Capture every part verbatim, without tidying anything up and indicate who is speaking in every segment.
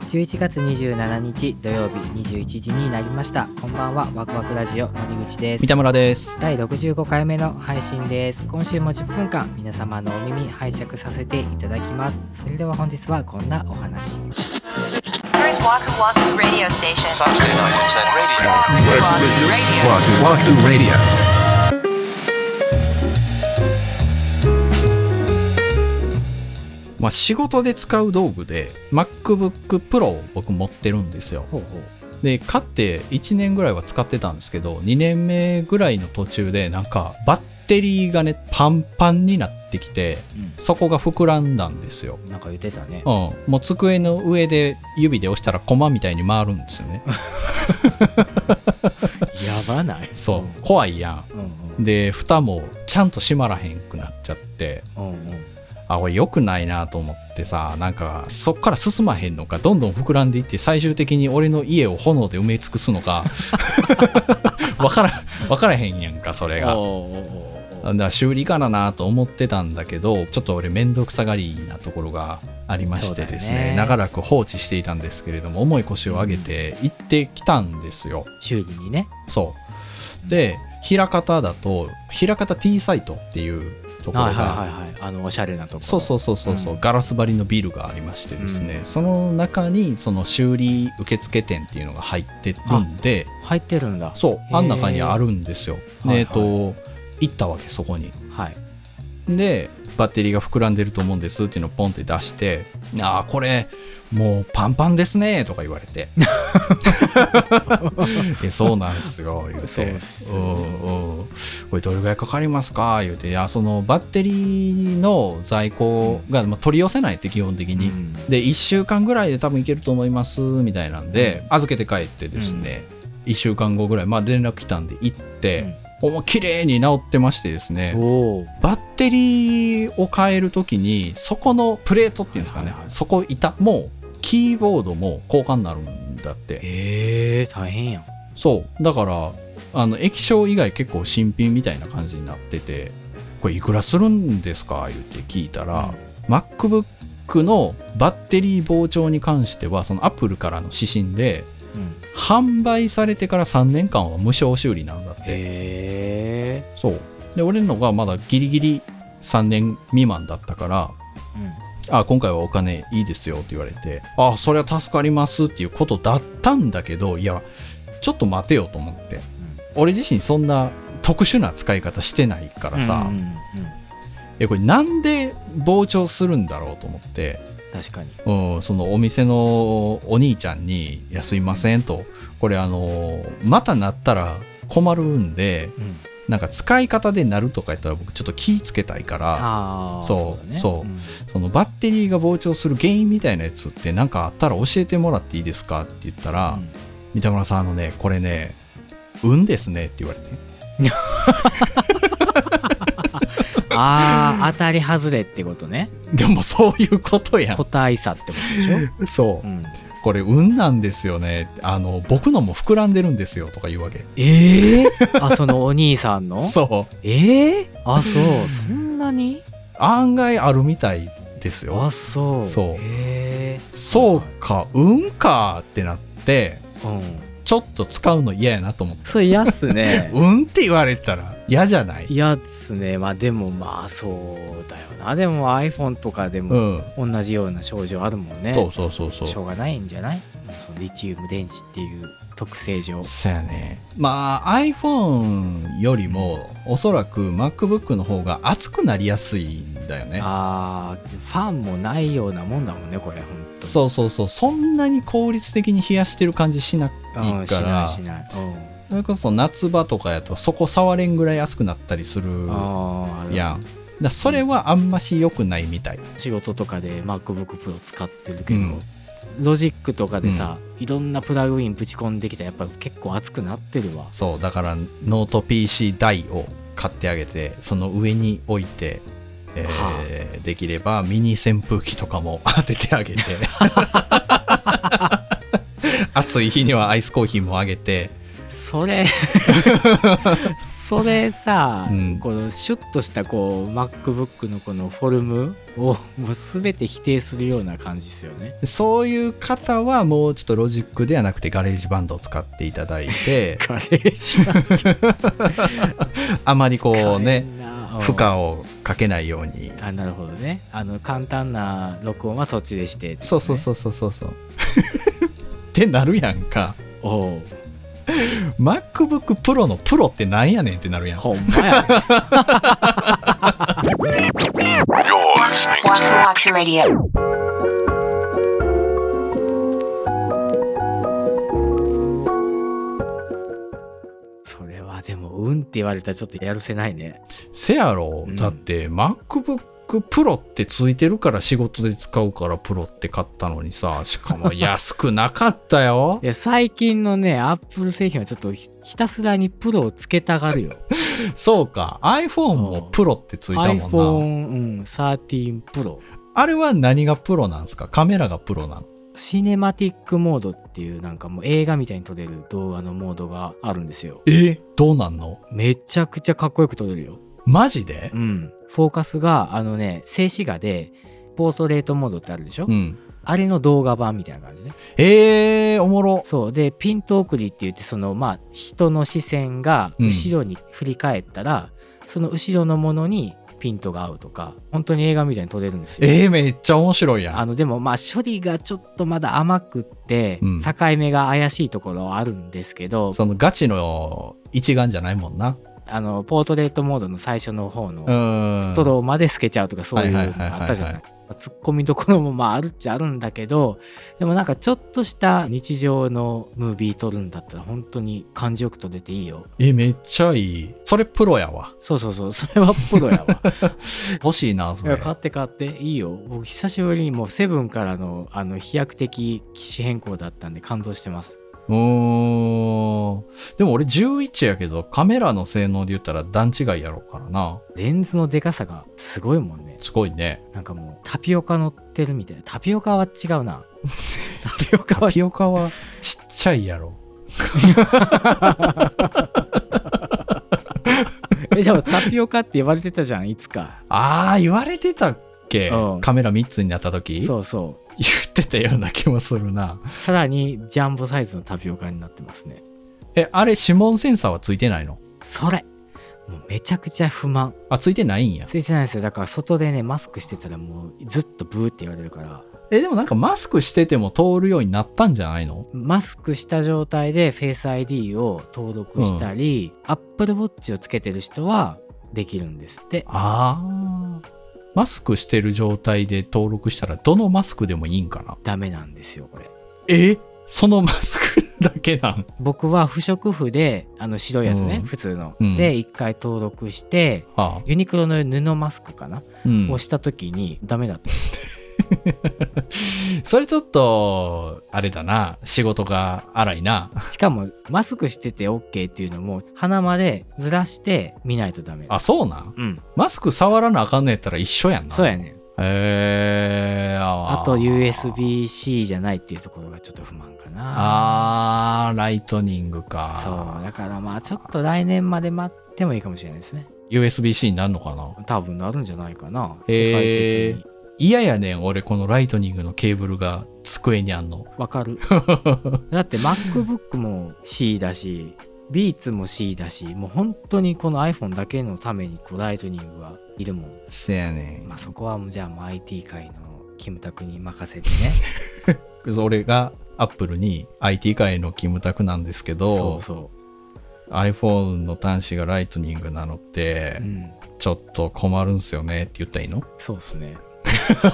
Speaker 1: じゅういちがつにじゅうしちにち土曜日にじゅういちじになりました。こんばんは。ワクワクラジオ森口です。
Speaker 2: 三田村です。
Speaker 1: だいろくじゅうごかいめの配信です。今週もじゅっぷんかん皆様のお耳拝借させていただきます。それでは本日はこんなお話。
Speaker 3: Waku Waku Radio Station. Saturday night at
Speaker 4: Waku Waku Radio.
Speaker 2: まあ、仕事で使う道具で MacBook Pro を僕持ってるんですよ。
Speaker 1: ほうほう。
Speaker 2: で買っていちねんぐらいは使ってたんですけど、にねんめぐらいの途中でなんかバッテリーがねパンパンになってきて、うん、そこが膨らんだんですよ。
Speaker 1: なんか言ってたね。
Speaker 2: うん、もう机の上で指で押したらコマみたいに回るんですよね。
Speaker 1: やばない？
Speaker 2: そう、怖いやん、うんうん、で蓋もちゃんと閉まらへんくなっちゃって、うんうん、あ、これ良くないなと思ってさ、なんかそっから進まへんのか、どんどん膨らんでいって最終的に俺の家を炎で埋め尽くすのか分から分からへんやんか、それが。だから修理かななと思ってたんだけど、ちょっと俺めんどくさがりなところがありましてですね、長らく放置していたんですけれども、重い腰を上げて行ってきたんですよ、
Speaker 1: 修理にね。
Speaker 2: そうで、枚方だと枚方 T サイトっていうところが、はいはいはい、
Speaker 1: あのおしゃれなところ、
Speaker 2: そうそうそうそうそう、うん、ガラス張りのビルがありましてですね、うん、その中にその修理受付店っていうのが入ってるんで、
Speaker 1: 入ってるんだ。
Speaker 2: そう、あん中にあるんですよ。で、えっと行ったわけ、そこに。はい。で、バッテリーが膨らんでると思うんですっていうのをポンって出して、ああ、これもうパンパンですねとか言われて。え、そうなんですよ言うて。そうっすね、うんうん。これどれぐらいかかりますか言うて、いや、そのバッテリーの在庫が、まあ、取り寄せないって基本的に、うん、でいっしゅうかんぐらいで多分いけると思いますみたいなんで、うん、預けて帰ってですね、うん、いっしゅうかんごぐらい、まあ連絡来たんで行って。うん、もう綺麗に治ってましてですね、バッテリーを変えるときにそこのプレートっていうんですかね、はいはいはい、そこ板もキーボードも交換になるんだって。
Speaker 1: へー、大変やん。
Speaker 2: そうだから、あの液晶以外結構新品みたいな感じになってて、これいくらするんですか言って聞いたら、うん、MacBook のバッテリー膨張に関してはその Apple からの指針で、うん、販売されてからさんねんかんは無償修理なんだって。
Speaker 1: へー。
Speaker 2: そうで、俺のがまだギリギリさんねん未満だったから、うん、あ、今回はお金いいですよって言われて、あ、それは助かりますっていうことだったんだけど、いやちょっと待てよと思って、うん、俺自身そんな特殊な使い方してないからさ、うんうんうん、え、これなんで膨張するんだろうと思って。
Speaker 1: 確かに、
Speaker 2: うん、そのお店のお兄ちゃんに、いやすいませんと、これあのまたなったら困るんで、うん、なんか使い方でなるとか言ったら僕ちょっと気ぃつけたいから、あ、そうそう、そう、うん、そのバッテリーが膨張する原因みたいなやつってなんかあったら教えてもらっていいですかって言ったら、うん、三田村さん、あのね、これね運ですねって言われて
Speaker 1: あー、当たり外れってことね。
Speaker 2: でもそういうことやん。
Speaker 1: 個体差ってことでしょ。
Speaker 2: そう、うん、これ運なんですよね。あの僕のも膨らんでるんですよとか言うわけ。
Speaker 1: えー、あ、そのお兄さんの
Speaker 2: そう、
Speaker 1: えー、あ、そう、そんなに
Speaker 2: 案外あるみたいですよ。
Speaker 1: あ、そう、
Speaker 2: そう、
Speaker 1: へー、
Speaker 2: そうか、運かってなって、うん、ちょっと使うの嫌やなと思って。
Speaker 1: そう、嫌っすね。
Speaker 2: 運って言われたら嫌じゃない？
Speaker 1: 嫌っすね。まあでもまあそうだよな。でも iPhone とかでも同じような症状あるもんね。
Speaker 2: そうそうそうそう。
Speaker 1: しょうがないんじゃない？そのリチウム電池っていう特性上。
Speaker 2: そうやね。まあ iPhone よりもおそらく MacBook の方が熱くなりやすいんだよね。あ
Speaker 1: あ、ファンもないようなもんだもんね、これ。本当に。
Speaker 2: そうそうそう。そんなに効率的に冷やしてる感じしないから。うん、し
Speaker 1: ないしない。うん。
Speaker 2: それこそ夏場とかやとそこ触れんぐらい熱くなったりするやん。だそれはあんまし良くないみたい。
Speaker 1: 仕事とかで MacBook Pro 使ってるけど、うん、ロジックとかでさ、うん、いろんなプラグインぶち込んできたらやっぱ結構熱くなってるわ。
Speaker 2: そうだからノート ピーシー 台を買ってあげて、その上に置いて、えーはあ、できればミニ扇風機とかも当ててあげて暑い日にはアイスコーヒーもあげて、
Speaker 1: それそれさ、
Speaker 2: うん、
Speaker 1: このシュッとしたこう MacBook のこのフォルムをもう全て否定するような感じですよね。
Speaker 2: そういう方はもうちょっとロジックではなくてガレージバンドを使っていただいて
Speaker 1: ガレージバンド
Speaker 2: あまりこうね負荷をかけないように。
Speaker 1: あ、なるほどね。あの簡単な録音はそっちでして、ね、
Speaker 2: そうそうそうそうそうそうってなるやんか。
Speaker 1: おう
Speaker 2: MacBook Pro のプロってなんやねんってなるやん。
Speaker 1: ほんまや、ね、
Speaker 3: Waku Waku Radio.
Speaker 1: それはでもうんって言われたらちょっとやるせないね。
Speaker 2: せやろ、
Speaker 1: うん、
Speaker 2: だって MacBook Pro ってついてるから仕事で使うからプロって買ったのにさ、しかも安くなかったよ。
Speaker 1: いや最近のねアップル製品はちょっと ひ, ひたすらにプロをつけたがるよ。
Speaker 2: そうか iPhone もプロってついたもんな。
Speaker 1: iPhone、うん、じゅうさんプロ。
Speaker 2: あれは何がプロなんですか？カメラがプロなの？
Speaker 1: シネマティックモードっていうなんかもう映画みたいに撮れる動画のモードがあるんですよ。
Speaker 2: えどうなんの？
Speaker 1: めちゃくちゃかっこよく撮れるよ。
Speaker 2: マジで？
Speaker 1: うん。フォーカスがあのね静止画でポートレートモードってあるでしょ、うん、あれの動画版みたいな感じね。
Speaker 2: えー、おもろ。
Speaker 1: そうでピント送りって言ってそのまあ人の視線が後ろに振り返ったら、うん、その後ろのものにピントが合うとか本当に映画みたいに撮れるんですよ。
Speaker 2: えー、めっちゃ面白いやん。
Speaker 1: あのでもまあ処理がちょっとまだ甘くって、うん、境目が怪しいところはあるんですけど、
Speaker 2: そのガチの一眼じゃないもんな。
Speaker 1: あのポートレートモードの最初の方のストローまで透けちゃうとかそういうのがあったじゃない。ツッコミどころもまああるっちゃあるんだけど、でもなんかちょっとした日常のムービー撮るんだったら本当に感じよく撮れていいよ。
Speaker 2: えめっちゃいい。それプロやわ。
Speaker 1: そうそうそうそれはプロやわ。
Speaker 2: 欲しいなそれ。
Speaker 1: いや買って買っていいよ。僕久しぶりにもうセブンからのあの飛躍的機種変更だったんで感動してます。
Speaker 2: うーんでも俺じゅういちやけどカメラの性能で言ったら段違いやろうからな。
Speaker 1: レンズのでかさがすごいもんね。
Speaker 2: すごいね。
Speaker 1: なんかもうタピオカ乗ってるみたいな。タピオカは違うな。タピオカは
Speaker 2: タピオカはちっちゃいやろ。
Speaker 1: えでもタピオカって言われてたじゃんいつか。
Speaker 2: あー言われてたっけ、うん、カメラみっつになった時。
Speaker 1: そうそう
Speaker 2: 言ってたような気もするな。
Speaker 1: さらにジャンボサイズのタピオカになってますね。
Speaker 2: えあれ指紋センサーはついてないの？
Speaker 1: それもうめちゃくちゃ不満。
Speaker 2: あついてないんや。
Speaker 1: ついてないですよ。だから外でねマスクしてたらもうずっとブーって言われるから。
Speaker 2: えでもなんかマスクしてても通るようになったんじゃないの？
Speaker 1: マスクした状態でフェイス アイディー を登録したり、うん、Apple Watch をつけてる人はできるんですって。
Speaker 2: ああマスクしてる状態で登録したらどのマスクでもいいんかな？ダ
Speaker 1: メなんですよこれ。
Speaker 2: えそのマスクだけなん？
Speaker 1: 僕は不織布であの白いやつね、うん、普通の、うん、で一回登録して、はあ、ユニクロの布マスクかな、うん、をした時にダメだった
Speaker 2: それちょっとあれだな仕事が荒いな。
Speaker 1: しかもマスクしてて OK っていうのも鼻までずらして見ないとダメ。
Speaker 2: あそうなん、うん、マスク触らなあかんのやったら一緒やんな。
Speaker 1: そうやねん。
Speaker 2: へーあ
Speaker 1: あと ユーエスビー-C じゃないっていうところがちょっと不満かな。
Speaker 2: あーライトニングか。
Speaker 1: そうだからまあちょっと来年まで待ってもいいかもしれないですね。
Speaker 2: ユーエスビー-C になるのかな。
Speaker 1: 多分なるんじゃないかな
Speaker 2: 世界的に。嫌やねん俺このライトニングのケーブルが机にあんの。
Speaker 1: わかるだって MacBook も C だしビーツも C だしもう本当にこの iPhone だけのためにこうライトニングはいるもん。
Speaker 2: せやねん。
Speaker 1: まあそこはもうじゃあもう アイティー 界のキムタクに任せてね
Speaker 2: 俺が Apple に アイティー 界のキムタクなんですけど、
Speaker 1: そうそう
Speaker 2: iPhone の端子がライトニングなのって、うん、ちょっと困るんすよねって言ったらいいの？
Speaker 1: そうっすね
Speaker 3: Saturday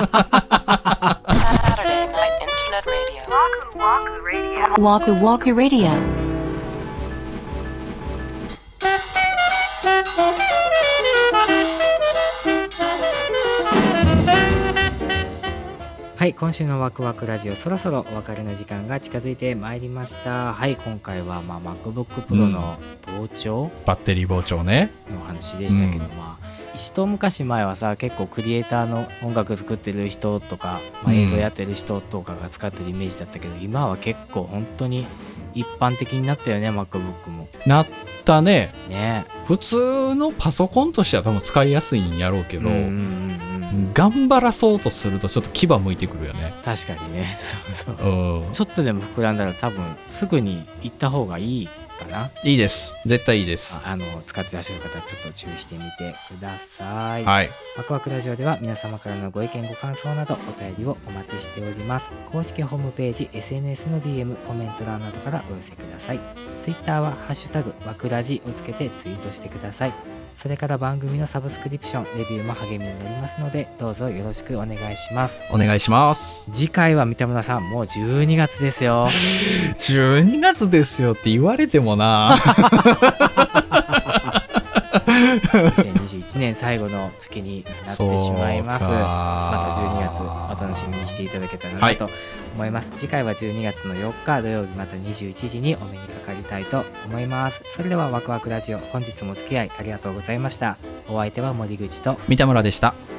Speaker 3: Night Internet Radio. Waku Waku Radio.
Speaker 1: はい、今週のワクワクラジオそろそろお別れの時間が近づいてまいりました。はい、今回はまあ MacBook Pro の膨張、うん、
Speaker 2: バッテリー膨張ね
Speaker 1: の話でしたけど、うん、まあ一昔前はさ結構クリエイターの音楽作ってる人とか、まあ、映像やってる人とかが使ってるイメージだったけど、うん、今は結構本当に一般的になったよね MacBook も。
Speaker 2: なったね。
Speaker 1: ね。
Speaker 2: 普通のパソコンとしては多分使いやすいんやろうけど、
Speaker 1: うんうんうんうん、
Speaker 2: 頑張らそうとするとちょっと牙向いてくるよね。
Speaker 1: 確かにね。そうそう、
Speaker 2: うん、
Speaker 1: ちょっとでも膨らんだら多分すぐに行った方がいいかな。
Speaker 2: いいです、絶対いいです。
Speaker 1: あ, あの使ってらっしゃる方はちょっと注意してみてください。
Speaker 2: はい。
Speaker 1: ワクワクラジオでは皆様からのご意見ご感想などお便りをお待ちしております。公式ホームページ エスエヌエス の ディーエム コメント欄などからお寄せください。ツイッターはハッシュタグワクラジをつけてツイートしてください。それから番組のサブスクリプションレビューも励みになりますのでどうぞよろしくお願いします。
Speaker 2: お願いします。
Speaker 1: 次回は三田村さんもうじゅうにがつですよ。
Speaker 2: じゅうにがつですよって言われてもな
Speaker 1: にせんにじゅういちねん最後の月になってしまいます。またじゅうにがつお楽しみにしていただけたらなと思います、はい、次回はじゅうにがつのよっか土曜日またにじゅういちじにお目にかかりたいと思います。それではワクワクラジオ本日もお付き合いありがとうございました。お相手は森口と
Speaker 2: 三田村でした。